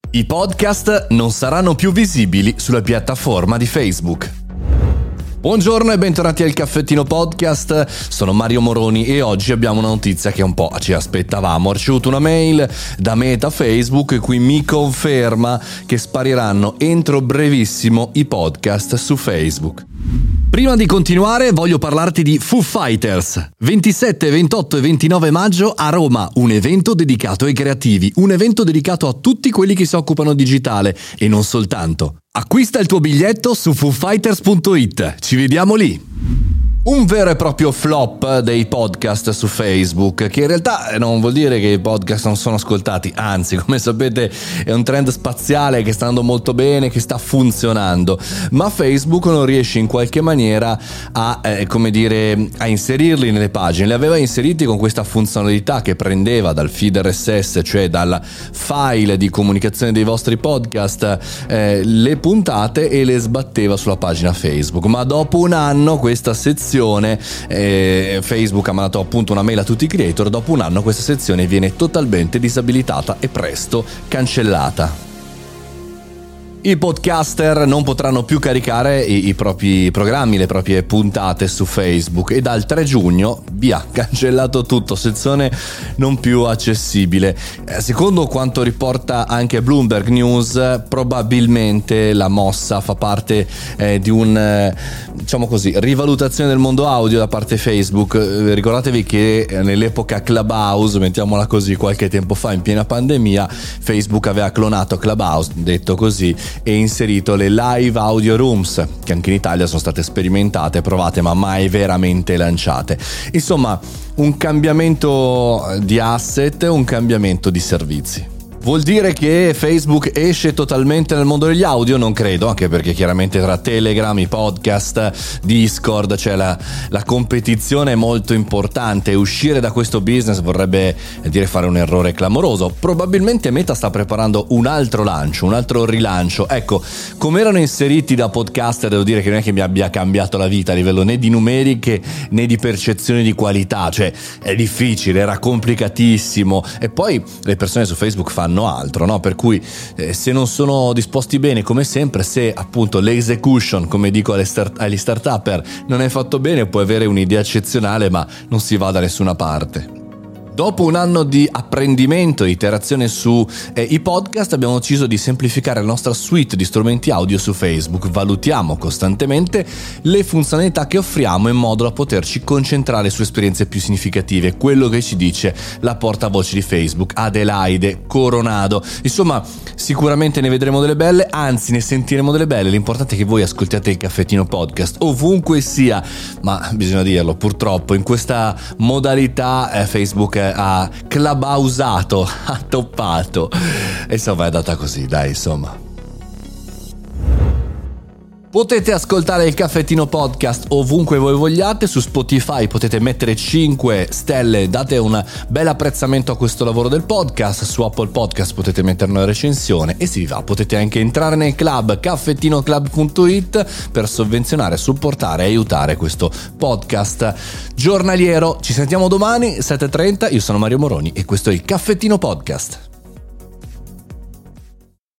I podcast non saranno più visibili sulla piattaforma di Facebook. Buongiorno e bentornati al Caffettino Podcast, sono Mario Moroni e oggi abbiamo una notizia che un po' ci aspettavamo. Ho ricevuto una mail da Meta Facebook in cui mi conferma che spariranno entro brevissimo i podcast su Facebook. Prima di continuare voglio parlarti di Foo Fighters. 27, 28 e 29 maggio a Roma, un evento dedicato ai creativi, un evento dedicato a tutti quelli che si occupano digitale e non soltanto. Acquista il tuo biglietto su foofighters.it, ci vediamo lì! Un vero e proprio flop dei podcast su Facebook, che in realtà non vuol dire che i podcast non sono ascoltati, anzi, come sapete è un trend spaziale che sta andando molto bene, che sta funzionando, ma Facebook non riesce in qualche maniera a inserirli nelle pagine. Li aveva inseriti con questa funzionalità che prendeva dal feed RSS, cioè dal file di comunicazione dei vostri podcast, le puntate e le sbatteva sulla pagina Facebook, ma dopo un anno questa sezione Facebook ha mandato appunto una mail a tutti i creator. Dopo un anno questa sezione viene totalmente disabilitata e presto cancellata. I podcaster non potranno più caricare i propri programmi, le proprie puntate su Facebook e dal 3 giugno via, cancellato tutto, sezione non più accessibile. Secondo quanto riporta anche Bloomberg News, probabilmente la mossa fa parte di un rivalutazione del mondo audio da parte Facebook. Ricordatevi che nell'epoca Clubhouse, mettiamola così, qualche tempo fa in piena pandemia, Facebook aveva clonato Clubhouse, detto così, e inserito le live audio rooms, che anche in Italia sono state sperimentate, provate ma mai veramente lanciate. Insomma, un cambiamento di asset, un cambiamento di servizi. Vuol dire che Facebook esce totalmente nel mondo degli audio? Non credo, anche perché chiaramente tra Telegram, i podcast, Discord, cioè la competizione è molto importante. Uscire da questo business vorrebbe dire fare un errore clamoroso. Probabilmente Meta sta preparando un altro lancio, un altro rilancio. Ecco, come erano inseriti da podcaster, devo dire che non è che mi abbia cambiato la vita a livello né di numeriche né di percezione di qualità, cioè è difficile, era complicatissimo e poi le persone su Facebook fanno altro, no? Per cui se non sono disposti bene, come sempre, se appunto l'execution, come dico agli startupper, non è fatto bene, puoi avere un'idea eccezionale ma non si va da nessuna parte. Dopo un anno di apprendimento e iterazione su i podcast, abbiamo deciso di semplificare la nostra suite di strumenti audio su Facebook. Valutiamo costantemente le funzionalità che offriamo in modo da poterci concentrare su esperienze più significative, quello che ci dice la portavoce di Facebook, Adelaide Coronado. Insomma, sicuramente ne vedremo delle belle, anzi ne sentiremo delle belle. L'importante è che voi ascoltiate il Caffettino Podcast ovunque sia, ma bisogna dirlo, purtroppo in questa modalità Facebook ha clubhousato, ha toppato, e insomma è andata così, dai, insomma. Potete ascoltare il Caffettino Podcast ovunque voi vogliate. Su Spotify potete mettere 5 stelle, date un bel apprezzamento a questo lavoro del podcast. Su Apple Podcast potete mettere una recensione e si va. Potete anche entrare nel club caffettinoclub.it per sovvenzionare, supportare e aiutare questo podcast giornaliero. Ci sentiamo domani 7:30. Io sono Mario Moroni e questo è il Caffettino Podcast.